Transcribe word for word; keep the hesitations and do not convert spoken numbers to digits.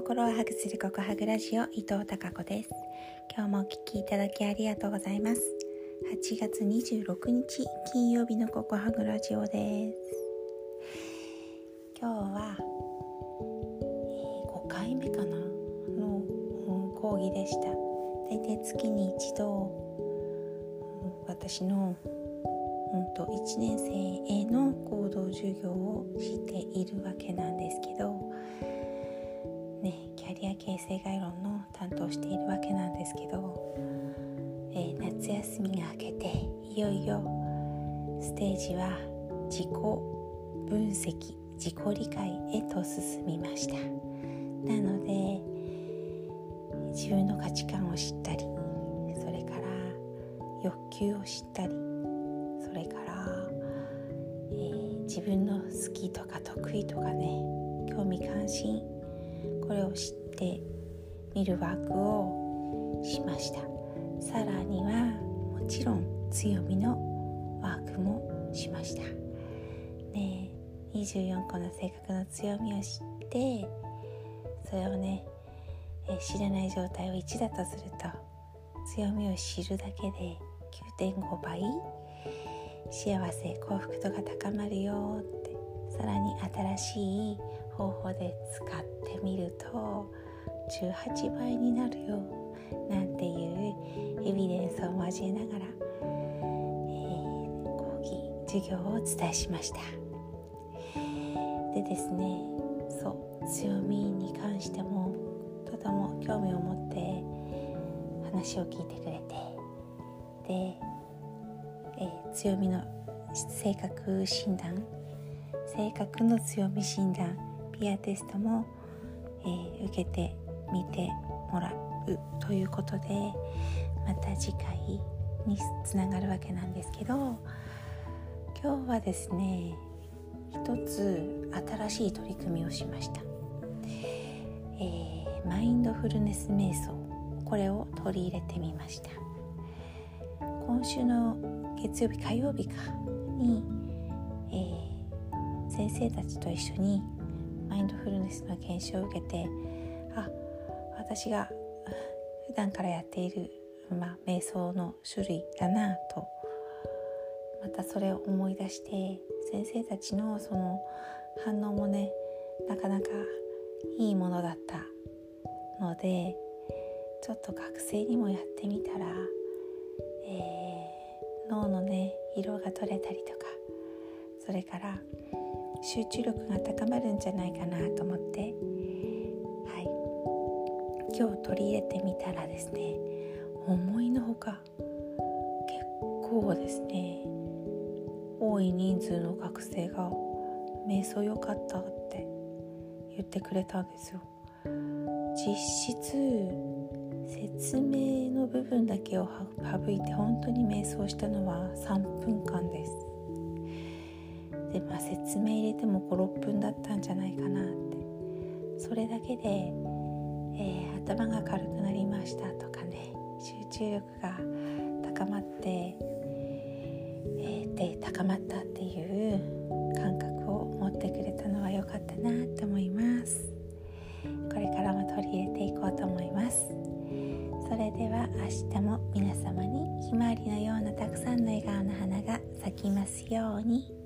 心をハグするココハグラジオ、伊藤孝子です。今日もお聞きいただきありがとうございます。はちがつにじゅうろくにち金曜日のココハグラジオです。今日は、えー、ごかいめかなの、うん、講義でした。大体月に一度、うん、私のうんといちねん生への合同授業をしているわけなんですけどね、キャリア形成概論の担当しているわけなんですけど、えー、夏休みが明けていよいよステージは自己分析、自己理解へと進みました。なので自分の価値観を知ったり、それから欲求を知ったり、それから、えー、自分の好きとか得意とかね、興味関心、これを知ってみるワークをしました。さらにはもちろん強みのワークもしました。ね、にじゅうよんこの性格の強みを知って、それをね、えー、知らない状態をいちだとすると、強みを知るだけで きゅうてんごばい幸せ、幸福度が高まるよって、さらに新しい方法で使ってみるとじゅうはちばいになるよなんていうエビデンスを交えながら、えー、講義授業をお伝えしました。でですね、そう強みに関してもとても興味を持って話を聞いてくれて、で、えー、強みの性格診断、性格の強み診断ピアテストも、えー、受けてみてもらうということで、また次回につながるわけなんですけど、今日はですね、一つ新しい取り組みをしました。えー、マインドフルネス瞑想、これを取り入れてみました。今週の月曜日、火曜日かに、えー、先生たちと一緒にマインドフルネスの研修を受けて、あ、私が普段からやっている、まあ、瞑想の種類だなと、またそれを思い出して、先生たちのその反応もね、なかなかいいものだったので、ちょっと学生にもやってみたら、えー、脳のね、色が取れたりとか、それから集中力が高まるんじゃないかなと思って、はい、今日取り入れてみたらですね、思いのほか結構ですね、多い人数の学生が瞑想良かったって言ってくれたんですよ。実質説明の部分だけを省いて本当に瞑想したのはさんぷんかんです。で、まあ、説明入れてもご、ろっぷんだったんじゃないかなって。それだけで、えー、頭が軽くなりましたとかね、集中力が高まって、えー、で高まったっていう感覚を持ってくれたのは良かったなと思います。これからも取り入れていこうと思います。それでは明日も皆様にひまわりのようなたくさんの笑顔の花が咲きますように。